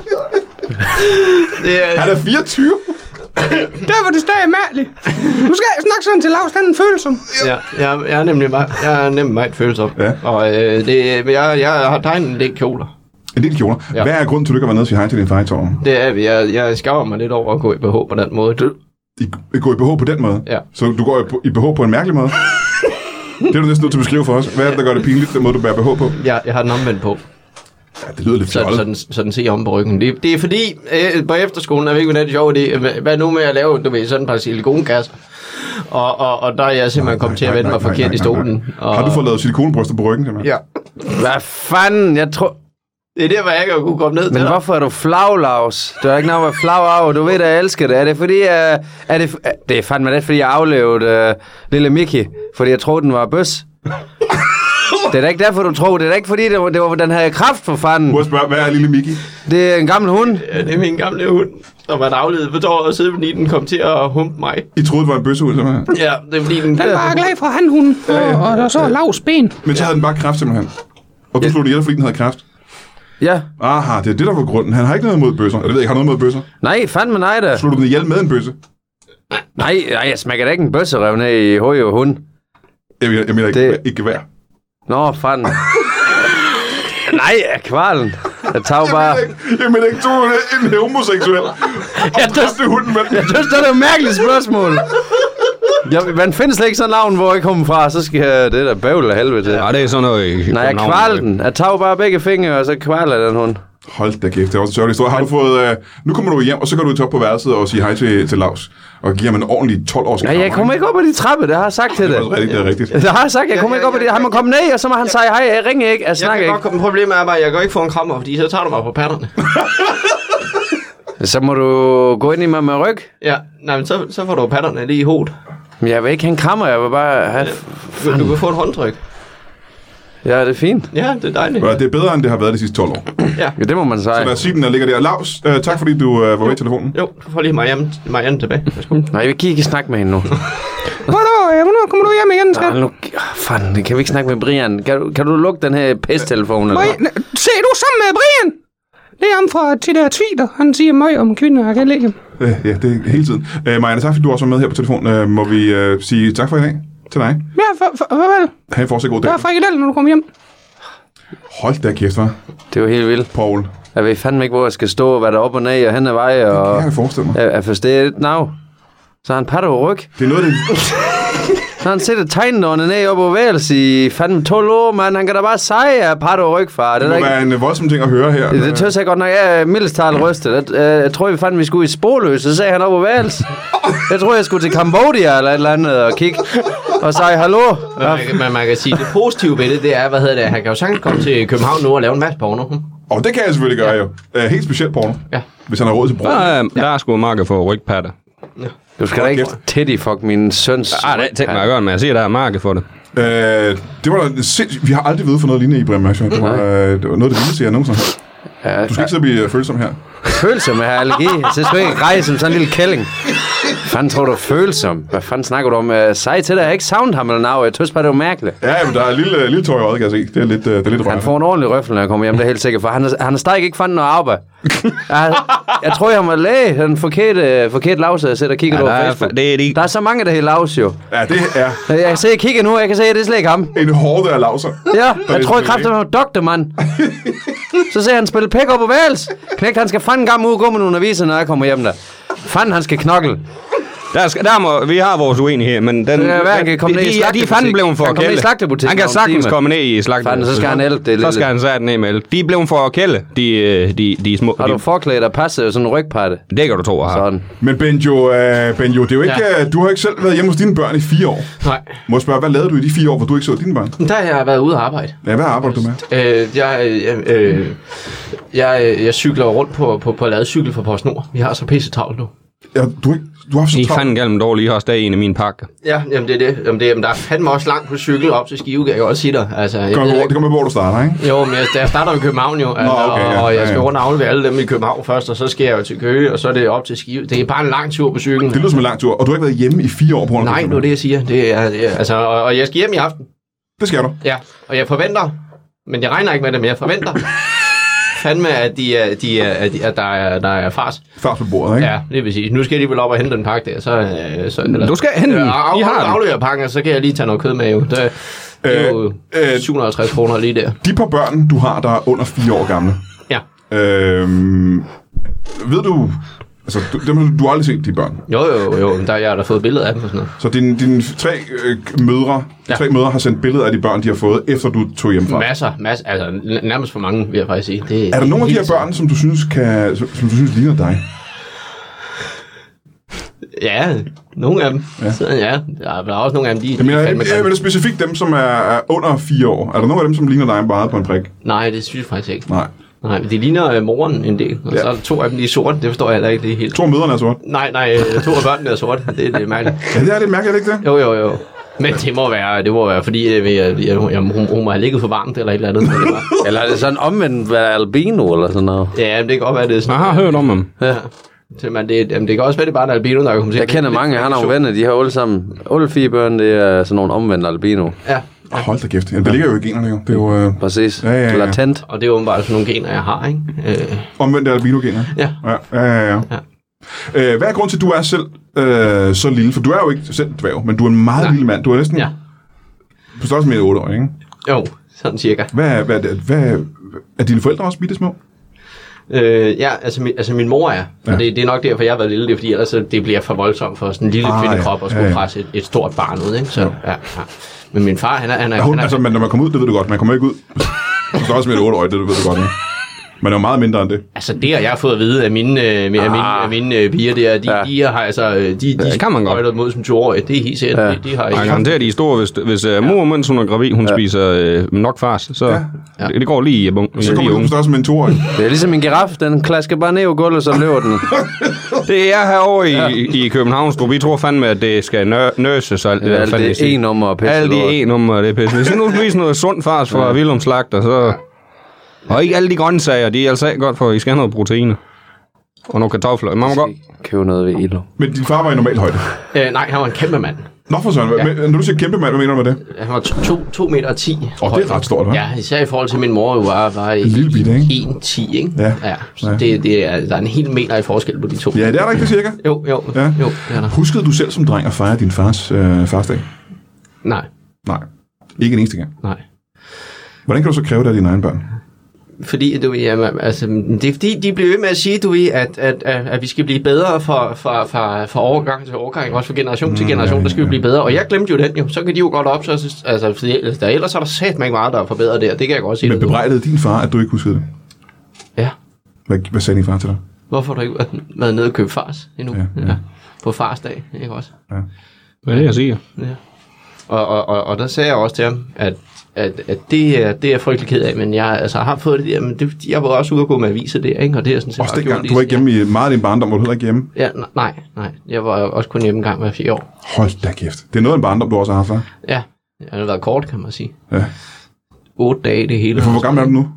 Han er 24. Der var det stadig mærkeligt. Du skal snakke sådan til Lars, han er følsom. Ja, jeg er nemlig meget følsom. Ja. Og jeg har tegnet en del kjoler. En del kjoler. Ja. Hvad er grunden til, at du ikke har været nede og sige hej til din far i Torv? Det er, jeg skammer mig lidt over at gå i BH på den måde. I går i BH på den måde? Ja. Så du går i BH på en mærkelig måde? Det er du næsten nødt til at beskrive for os. Hvad er det, der gør det pinligt, den måde, du bærer BH på? Jeg har den omvendt på. Ja, det lyder lidt fjollet. Så den ser om på ryggen. Det er fordi, på efterskolen, jeg ved ikke, hvad det er sjovt i. Hvad nu med at lave, du ved, sådan et par silikonkasser? Og der er jeg simpelthen kommet til at vende mig forkert i stolen. Har du fået lavet silikonbryster på ryggen, simpelthen? Ja. Hvad fanden? Jeg tror... Det er der, hvor jeg ikke kunne komme ned til. Men hvorfor er du flag, Lars? Du er ikke noget at være flag af. Du ved, at jeg elsker det. Er det fordi, det er fandme lidt, fordi jeg aflevede lille Mickey. Fordi jeg troede, den var bøs. Det er da ikke derfor, du tror. Det er da ikke fordi, det var den her kraft for fanden. Må jeg spørge, hvad er lille Mickey? Det er en gammel hund. Ja, det er min gamle hund, som var aflevet for 2 år siden, fordi den kom til at humpe mig. I troede, det var en bøssehund, simpelthen? Ja, det er fordi den... Den var glad for hanhunden, og så Lars ben. Men så havde den bare kræft, simpelthen. Og du slog det ihjel, fordi den havde kræft. Ja. Aha, det er det, der var grunden. Han har ikke noget mod bøsser. Jeg ved ikke, har noget mod bøsser? Nej, fandme nej da. Slog du den ihjel med en bøsse? Nej, jeg smækker da ikke en bøsserev ned i hovedet og hund. Jeg mener ikke, ikke gevær. Nå, fanden. Nej, kvalen. Jeg tager bare... Jeg mener ikke, du er en homoseksuel. Jeg synes, det er et mærkeligt spørgsmål. Man finder slet ikke sådan en navn, hvor jeg kommer fra, så skal jeg det der bøvl af helvede til. Ja, det er sådan noget... Nej, jeg kvaler den. Jeg tager bare begge fingre, og så kvaler den hund. Hold da kæft, det var også en sørgelig historie. Har du fået... nu kommer du hjem, og så går du til op på værelset og siger hej til Lars. Og giver ham en ordentlig 12-års krammer. Nej, jeg kommer ikke op ad de trappe, det har jeg sagt til det. Det er rigtigt. Det har jeg sagt, jeg kommer ikke op ad de... Han må komme ned, og så må han sige hej, jeg ringer ikke, jeg snakker ikke. Problemet er bare, at jeg kan ikke få en krammer, fordi så tager du mig på patterne. Så må du gå ind i mig med ryg. Ja, nej, men så får du patterne lige i hovedet. Men jeg vil ikke have en krammer, jeg vil bare have... Du kan få et håndtryk. Ja, det er fint. Ja, det er dejligt. Det er bedre, end det har været de sidste 12 år. Ja, det må man sige. Så lad os sige, den der ligger der. Lars, tak fordi du var med i telefonen. Jo, du får lige Marianne tilbage. Nej, jeg kan ikke snakke med hende nu. Hvornår kommer du hjem igen, skat? Nu, fanden, kan vi ikke snakke med Brian? Kan du lukke den her pesttelefon? Se, du er sammen med Brian! Det er ham fra til der tweeter. Han siger meget om kvinder, jeg kan lægge dem. Ja, det er hele tiden. Marianne, tak fordi du også var med her på telefonen. Må vi sige tak for i dag til dig? Ja, farvel. Ha' en fortsat god dag. Der er frikadelle, når du kommer hjem. Hold da kæft, hva'? Det var helt vildt. Paul. Jeg ved fandme ikke, hvor jeg skal stå, hvad der er op og ned og hen ad vej. Og... Det kan jeg forestille mig. Jeg forstår det now. Så han patter over ryg. Det er noget, det... Så han sætter tegnene ned op på værelse i fandme 12 år, mand. Han kan da bare sige, at patter over ryg, far. Det må være en voldsom ting at høre her. Det tøs jeg godt nok, jeg er mildest talt rystet. Jeg tror, vi fandme, vi skulle i Sporløs, så sagde han op på værelse. Jeg tror, jeg skulle til Cambodia eller et eller andet og kigge og sige hallo. Men man kan sige, det positive ved det er, han kan jo sagtens komme til København nu og lave en masse porno. Og det kan jeg selvfølgelig gøre, jo. Helt specielt porno. Ja. Hvis han har råd til brug. Der er sgu marked for rygpatter. Ja. Du skal da ikke teddy fuck min søns... Det tænker mig at gøre, men jeg siger, der er marked for det. Det var da sindssygt. Vi har aldrig ved for noget lignende i Brian Mørk Show. Det var noget af det vildeste, jeg nogensinde har. Du skal ikke så blive følsom her. Følsom med allergi? Jeg synes du ikke rejse som sådan en lille kælling. Hvad fanden tror du følsom? Hvad fanden snakker du om? Sej til dig, jeg har ikke savnet ham eller noget. Jeg synes bare, det var mærkeligt. Ja, men der er en lille tår i øjet, kan jeg se. Det er lidt rørende. Han får en ordentlig røffel, når jeg kommer hjem, det er helt sikkert. For han har stadig ikke fundet noget arbejde. Jeg tror, jeg må læge den forkerte lavse, jeg sætter og kigger over Facebook. Der er så mange, der hedder Lavs, jo. Ja, det er... Jeg kan se, jeg kigger nu, jeg kan se, at det er slet ikke ham. En hårde af lavser. Ja, jeg tror, jeg kræfter mig doktor, mand. Så ser han spille pæk op på værelse. Knægt, han skal fanden gammel ud og gå med nogle aviser, når jeg kommer hjem der. Fanden, han skal knokle. Vi har vores uenighed, men den... De er fanden blevet for at kælde. Han kan sagtens komme ned i slagterbutikken. Så skal han ælde det. Så skal han sætte ned med el. De er blevet for at kælde, de små... Har du forklædt der passer sådan en rygpatte? Det kan du tro, jeg har. Sådan. Men Benjo, det er jo ikke... Ja. Du har ikke selv været hjemme hos dine børn i 4 år. Nej. Må jeg spørge, hvad lavede du i de 4 år, hvor du ikke så dine børn? Der har jeg været ude at arbejde. Ja, hvad arbejder du med? Jeg cykler rundt på ladet cykel for PostNord. Vi har så pisse travlt nu. Du har haft så I travlt. fanden galt dårligt, I har også dag en af mine pakker. Ja, jamen det er det. Jamen, der er fandme også langt på cykel op til Skive, kan jeg godt sige dig. Altså, Det kommer hvor du starter, ikke? Jo, men jeg starter i København jo, altså, og jeg skal rundt og aflevere alle dem i København først, og så skal jeg jo til Køge, og så er det op til Skive. Det er bare en lang tur på cyklen. Det lyder som en lang tur, og du har ikke været hjemme i 4 år på grund af Nej, nu er det, jeg siger. Det er, altså, og jeg skal hjem i aften. Det skal du. Ja, og jeg forventer, men jeg regner ikke med det, men jeg forventer fandme, at der er fars. Fars på bordet, ikke? Ja, det vil sige. Nu skal de vel op og hente den pakke der, så Du skal hente den. I har den. Aflevere pakken, så kan jeg lige tage noget kød med jo. Det er jo 750 kroner lige der. De par børn, du har, der er under 4 år gamle. Ja. Ved du... Altså, du har aldrig set de børn. Jo, jeg har da fået billeder af dem og sådan noget. Så dine 3 mødre, tre mødre har sendt billeder af de børn, de har fået, efter du tog hjem fra? Masser, altså nærmest for mange, vil jeg faktisk sige. Er der nogle af de her børn, som du synes ligner dig? Ja, nogle af dem. Ja. Så, ja, der er også nogle af dem, de... Jeg mener specifikt dem, som er under 4 år. Er der nogle af dem, som ligner dig bare på en prik? Nej, det synes jeg faktisk ikke. Nej, de ligner moren en del, og så er der 2 af dem, de er sorte. Det forstår jeg heller ikke, det er helt... 2 af mødrene er sorte? Nej, 2 af børnene er sorte. Det er mærkeligt. Ja, det er lidt mærkeligt, ikke det? Jo. Men det må være fordi hun må have ligget for varmt eller et eller andet. Eller er det sådan omvendt albino eller sådan noget? Ja, det kan godt være, det er sådan. Jeg har hørt om dem. Ja. Men det kan også være, det er bare en albino, der kommer til. Jeg kender mange, jeg har nogle venner, de har alle sammen. Alle 4 børn, det er sådan nogle omvendt albino. Ja. Hold da kæft. Ja, det ligger jo i generne, jo. Det er jo... Præcis. Ja. Latent. Og det er jo bare sådan nogle gener, jeg har, ikke? Omvendt albino-gener? Ja. Ja. Hvad er grunden til, at du er selv så lille? For du er jo ikke selv dværg, men du er en meget lille mand. Du er næsten på størrelse med 8 år, ikke? Jo, sådan cirka. Hvad er dine forældre også bitte små? Ja, altså min mor er. Og det er nok derfor, jeg har været lille. Det er fordi, ellers det bliver for voldsomt for sådan en lille kvindekrop at skulle presse et stort barn ud, ikke? Så, ja. Men min far, han er... Altså, men når man kommer ud, det ved du godt. Man kommer ikke ud. Du står også med et 8-årigt, det ved du godt, ikke? Man er jo meget mindre end det. Altså, det har jeg fået at vide af mine piger der. De har altså... De kan man godt. Mod som 2-årige. Det er helt sikkert. Ja. De har ikke... Jeg garanterer, de er store. Hvis mor, mens hun er gravid, hun spiser nok fars, så det går lige i bunken. Så kommer du størrelse med en 2-årig. Det er ligesom en giraf. Den klasker bare ned på gulvet, så løber den. Det er herovre i Københavnstrup. Vi tror fandme, at det skal nøses og alt det der. Alt det E-nummer og pisse. Alt det E-nummer, det er pisse. Hvis I nu spiser noget sundt fars fra Willum Slagter, så... Og ikke alle de grøntsager, de er altså ikke godt for, I skal have noget proteiner. Og nogle kartofler. Man må godt købe noget ved Ilo. Men din far var i normal højde? Nej, han var en kæmpe mand. Nå for sådan. Ja. Når du siger kæmpe mand, hvad mener du med det? Han var 2,10 meter. Det er ret stort, hva'? Ja, især i forhold til min mor, var en lille bit, ikke? 1,10, ikke? Ja. Så der er en hel meter i forskel på de to. Ja, det er der ikke det cirka? Jo, det er der. Huskede du selv som dreng at fejre din farsdag? Nej. Ikke en eneste gang? Nej. Hvordan kan du så kræve det af dine egne børn? Fordi, du ved, altså, det er fordi, de bliver ved med at sige, du ved, at vi skal blive bedre fra overgang til overgang, også fra generation til generation, der skal vi blive bedre. Og jeg glemte jo den jo, så kan de jo godt op, så, altså, ellers er der satme ikke meget, der er forbedret der, det kan jeg godt sige. Men bebrejdede din far, at du ikke huskede det? Ja. Hvad sagde din far til dig? Hvorfor har du ikke været nede og købe fars endnu? Ja. På farsdag, ikke også? Ja. Hvad er det, jeg siger? Ja. Og der sagde jeg også til ham, at det er jeg frygtelig ked af, men jeg har fået det der, men jeg var også ude at gå med aviser der, ikke? Og det er sådan set også dengang, du var ikke hjemme i meget af din barndom, var du heller ikke hjemme? Ja, nej. Jeg var også kun hjemme en gang hver 4 år. Hold da kæft. Det er noget af en barndom, du også har haft, hva'? Ja, det har været kort, kan man sige. Ja. 8 dage, det hele. Hvor gammel er du nu?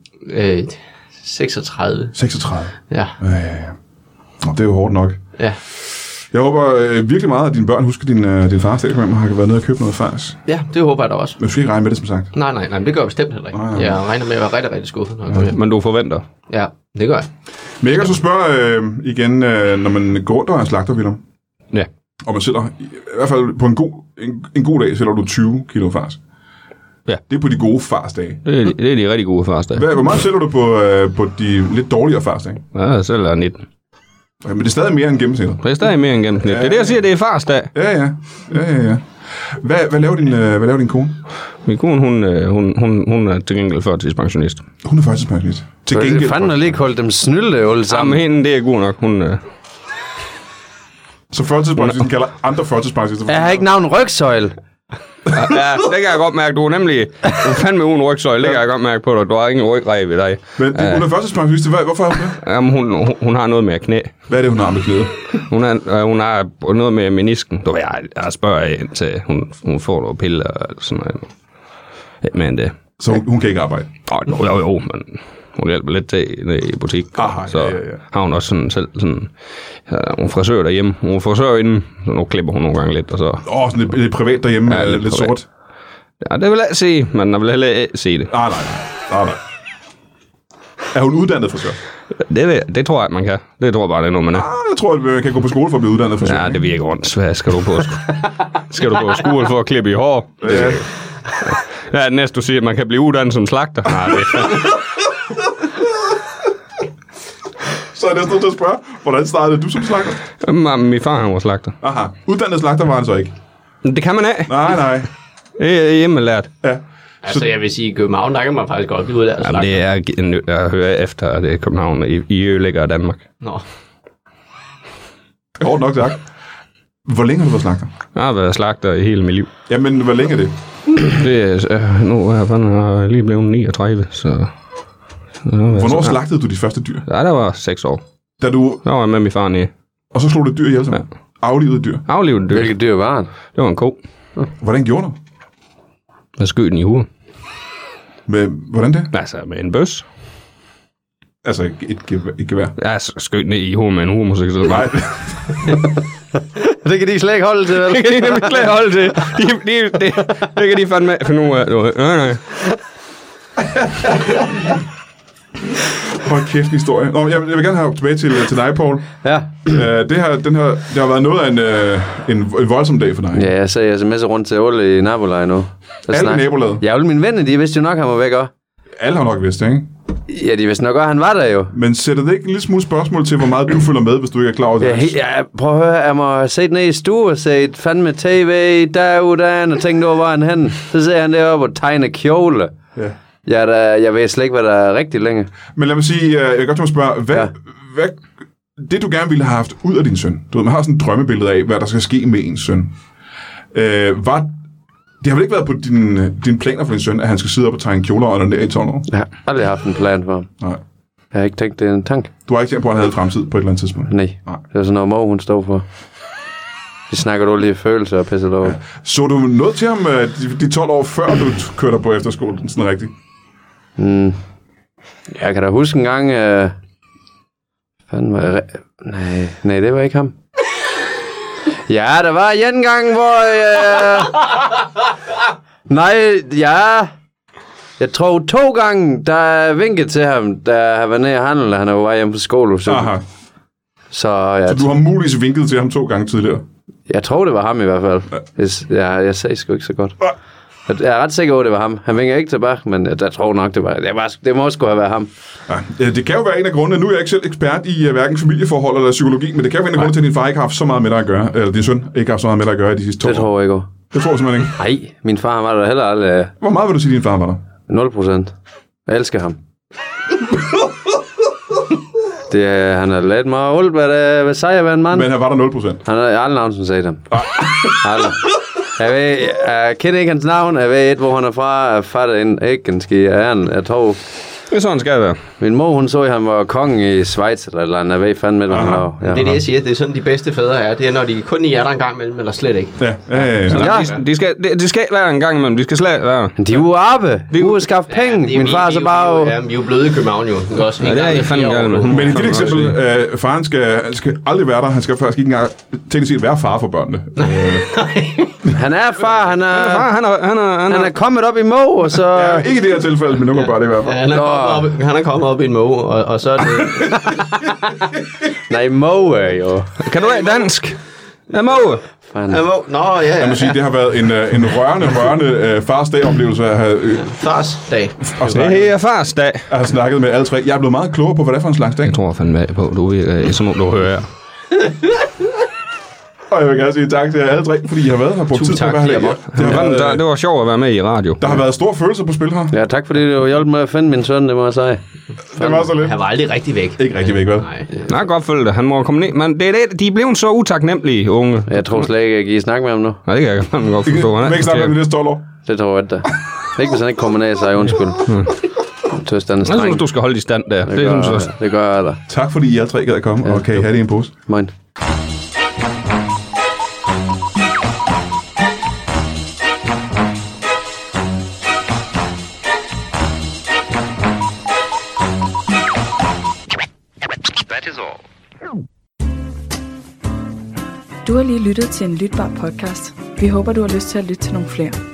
36. 36? Ja. Nå, det er jo hårdt nok. Ja. Jeg håber virkelig meget, at dine børn husker din fars dag, og har været nede og købe noget fars. Ja, det håber jeg da også. Men du skal ikke regne med det, som sagt. Nej, det gør jeg bestemt heller ikke. Jeg regner med at være rigtig, rigtig skuffet. Men du forventer? Ja, det gør jeg. Men jeg kan så spørge igen, når man går rundt og er slagter, Willum. Ja. Og man sælger, i hvert fald på en god dag, sælger du 20 kilo fars. Ja. Det er på de gode farsdage. Det er de rigtig gode farsdage. Hvor meget sælger du på de lidt dårligere farsdage? Ja, jeg sælger 19. Okay, men det er stadig mere end gennemsnittet. Det er stadig mere end gennemsnittet. Det er det, jeg siger, det er farsdag. Ja. Hvad laver din kone? Min kone, hun er til gengæld førtidspensionist. Hun er førtidspensionist. Til gengæld. Fanden har lige koldt dem snylde alle sammen. Jamen, hende, det er god nok. Hun... Så førtidspensionisten kalder andre førtidspensionister? Jeg har ikke navn rygsøjle. Ja, det kan jeg godt mærke. Du er nemlig fandme uden rygsøjle. Det kan jeg godt mærke på dig. Du har ingen rygræb ved dig. Men hun er førstespensionist. Hvorfor har hun det? Jamen, hun har noget med knæ. Hvad er det, hun har med knæet? Hun har noget med menisken. Du ved, jeg spørger indtil hun får noget piller og sådan noget. Men det... Så hun kan ikke arbejde? Jo, men hun hjælper lidt til i butik. Aha, så ja. har hun også sådan hun frisør derhjemme. Hun er frisør inden, så nu klipper hun nogle gange lidt. Og så... sådan lidt privat derhjemme, ja, lidt privat. Sort. Ja, det vil jeg sige, men jeg vil heller ikke se det. Nej. Er hun uddannet frisør? Det tror jeg, man kan. Det tror jeg bare, det er noget, man er. Jeg tror, at man kan gå på skole for at blive uddannet frisør. Ja, det virker rundt. Hvad skal du på? Skal du på skole for at klippe i hår? Ja. Ja, næste du siger, at man kan blive uddannet som slagter. Nej, det Så er jeg næsten nødt til at spørge, hvordan startede du som slagter? min far, han var slagter. Aha, uddannet slagter var han så ikke? Det kan man ikke. Nej. Det er hjemmelært. Ja. Altså, jeg vil sige, i København, der kan man faktisk godt blive uddannet Jamen, slagter. det er jeg hører efter, at det er København i ødelægger Danmark. Nå. Hårdt nok sagt. Hvor længe har du været slagter? Jeg har været slagter i hele mit liv. Jamen, hvor længe er det? Det er, nu er jeg lige blevet 39, så... Hvornår slagtede du de første dyr? Ja, der var 6 år. Da du... Der var jeg med min far nede. Og så slog du et dyr ihjel sammen? Ja. Aflivede dyr? Aflivet dyr. Hvilket dyr var han? Det var en ko. Hvordan gjorde du? Jeg skød den i hovedet. Hvordan det? Altså, med en bøs. Altså, et gevær? Ja, skød den i hovedet med en homoseksuel. Nej. Det kan de slet ikke holde til, vel? Det kan de nemlig slet holde til. Det kan de fandme finde ud af. Nej. Hold kæft, historie. Nå, jeg vil gerne have tilbage til dig, Paul. Ja. Det har været noget af en voldsom dag for dig. Ja, jeg sagde sms'er rundt til Ole i nabolaget nu. Alle nabolaget? Ja, alle mine venner, de vidste jo nok, han var væk også. Alle har nok vidst det, ikke? Ja, de vidste nok godt, han var der jo. Men sætter det ikke en lille smule spørgsmål til, hvor meget du følger med, hvis du ikke er klar over det? Ja, prøv at høre, jeg må sætte ned i stue og sætte fandme tv derudan og tænke over, hvor han hen. Så ser han deroppe og tegne kjole. Ja. Jeg ved slet ikke, hvad der er rigtigt længe. Men lad mig sige, jeg kan godt spørge, hvad det du gerne ville have haft ud af din søn, du ved, man har sådan et drømmebillede af, hvad der skal ske med ens søn. Det har vel ikke været på dine planer for din søn, at han skal sidde op og tegne kjoler og ned i 12 år? Jeg har aldrig haft en plan for ham. Nej. Jeg har ikke tænkt, det er en tanke. Du har ikke tænkt på, at han havde fremtid på et eller andet tidspunkt? Nej. Det er sådan noget mor, hun står for. Det snakker du lige følelser og pisser over. Ja. Så du noget til ham de 12 år før du kørte på efterskolen, sådan rigtigt? Jeg kan da huske en gang... Nej, det var ikke ham. Ja, der var en gang, hvor... Jeg tror 2 gange, der vinkede til ham, da han var nede i handel, han var hjemme på skole. Så så du har muligvis vinket til ham 2 gange tidligere? Jeg tror, det var ham i hvert fald. Ja. Jeg sagde sgu ikke så godt. Jeg er ret sikker på, at det var ham. Han vinger ikke tilbage, men jeg tror nok, det må sgu have været ham. Ja, det kan jo være en af grundene. Nu er jeg ikke selv ekspert i hverken familieforhold eller psykologi, men det kan jo være en af grundene til, at din far ikke har haft så meget med dig at gøre, eller din søn ikke har haft så meget med dig at gøre i de sidste 2 år. Det tror jeg ikke. Det tror jeg simpelthen ikke. Nej, min far var der heller aldrig. Hvor meget vil du sige, din far var der? 0%. Jeg elsker ham. Han har ladt mig alt, hvad siger jeg, hvad en mand? Men han var der 0%? Han har aldrig navn, som sagde dem. Aldrig. Jeg kender ikke hans navn. Jeg ved ikke, hvor han er fra. Jeg fatter ikke, han skal jeg tror... Det er sådan, skal det være. Min mor, hun så, at han var konge i Schweiz, eller andet. Jeg ved fandme med, hvad han var. Ja. Det er det, jeg siger. Det er sådan, de bedste fædre er. Det er, når de kun er der en gang imellem, eller slet ikke. Ja. De skal være en gang imellem. De skal slet være. De er jo arbe. De er ude at skaffe penge. Min far så bare... Ja, vi er jo bløde i København jo. Også det er I fandme gerne. Men i dit eksempel, faren skal aldrig være der. Han skal faktisk ikke engang teknisk set være far for børnene. Han er far. Han er kommet op i Mo, og så... Ja, ikke i det her tilfælde, men nogle børn i hvert fald. Han er kommet op i en måge, og så er det... Nej, måge jo. Kan du ikke dansk? Ja, måge. Nå, ja. Jeg må sige, det har været en rørende fars dag-oplevelse at have... Fars dag. Det er fars dag. Jeg har snakket med alle 3. Jeg er blevet meget klogere på, hvad det er for en slags dag. Jeg tror fandme på, du er som om du hører. Og jeg vil gerne sige tak til jer alle tre, fordi I har været her på tid. Tak, det var sjovt at være med i radio. Der har været stor følelse på spil her. Ja, tak fordi du hjalp mig at finde min søn, det må jeg sige. Det var så lidt. Han var aldrig rigtig væk. Ikke rigtig væk, vel? Nej, jeg kan godt følge det. Han må komme ned. Men det er det, de er blevet så utaknemmelige, unge. Jeg tror slet ikke, at I snakke med ham nu. Nej, det kan jeg godt forstå. Han er ikke snakke med det næste år. Det tror jeg ikke. Ikke hvis han ikke kommer ned, så er jeg undskyld. Jeg synes, du skal holde i stand der. Det gør jeg da. Tak fordi I alle tre gad at komme, og kan I have det i en pose. Moin. Du har lige lyttet til en lytbar podcast. Vi håber, du har lyst til at lytte til nogle flere.